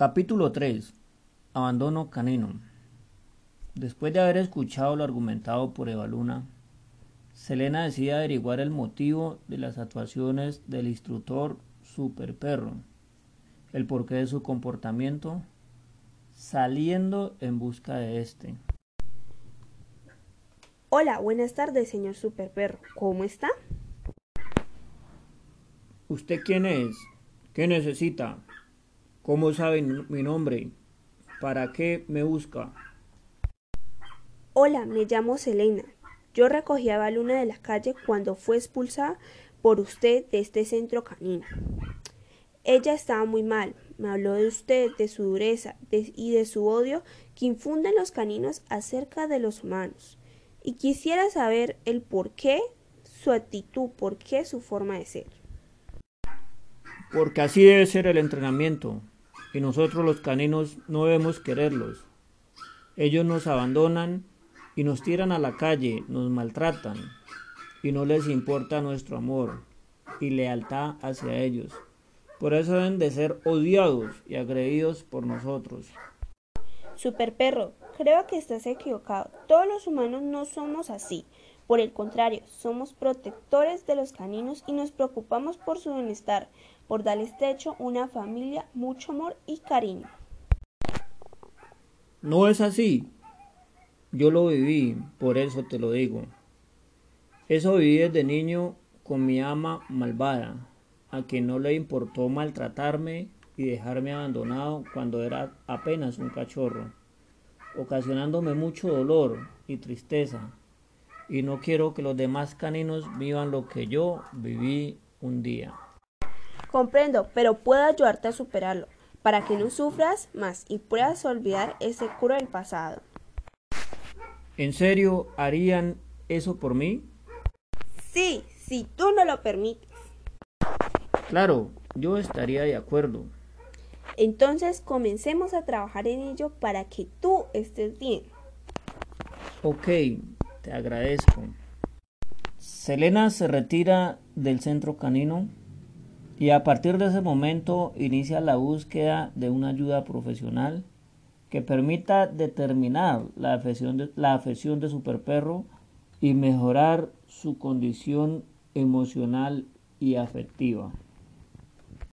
Capítulo 3. Abandono canino. Después de haber escuchado lo argumentado por Evaluna, Selena decide averiguar el motivo de las actuaciones del instructor Superperro, el porqué de su comportamiento, saliendo en busca de este. Hola, buenas tardes, señor Superperro. ¿Cómo está? ¿Usted quién es? ¿Qué necesita? ¿Cómo sabe mi nombre? ¿Para qué me busca? Hola, me llamo Selena. Yo recogí a Baluna de la calle cuando fue expulsada por usted de este centro canino. Ella estaba muy mal. Me habló de usted, de su dureza y de su odio que infunden los caninos acerca de los humanos. Y quisiera saber el por qué, su actitud, por qué su forma de ser. Porque así debe ser el entrenamiento, y nosotros los caninos no debemos quererlos. Ellos nos abandonan y nos tiran a la calle, nos maltratan, y no les importa nuestro amor y lealtad hacia ellos. Por eso deben de ser odiados y agredidos por nosotros. Superperro, creo que estás equivocado. Todos los humanos no somos así. Por el contrario, somos protectores de los caninos y nos preocupamos por su bienestar, por darles techo, una familia, mucho amor y cariño. No es así. Yo lo viví, por eso te lo digo. Eso viví desde niño con mi ama malvada, a quien no le importó maltratarme y dejarme abandonado cuando era apenas un cachorro, ocasionándome mucho dolor y tristeza, y no quiero que los demás caninos vivan lo que yo viví un día. Comprendo, pero puedo ayudarte a superarlo, para que no sufras más y puedas olvidar ese cruel pasado. ¿En serio harían eso por mí? Sí, si tú no lo permites. Claro, yo estaría de acuerdo. Entonces comencemos a trabajar en ello para que tú estés bien. Ok, te agradezco. Selena se retira del centro canino y a partir de ese momento inicia la búsqueda de una ayuda profesional que permita determinar la afección de Superperro y mejorar su condición emocional y afectiva.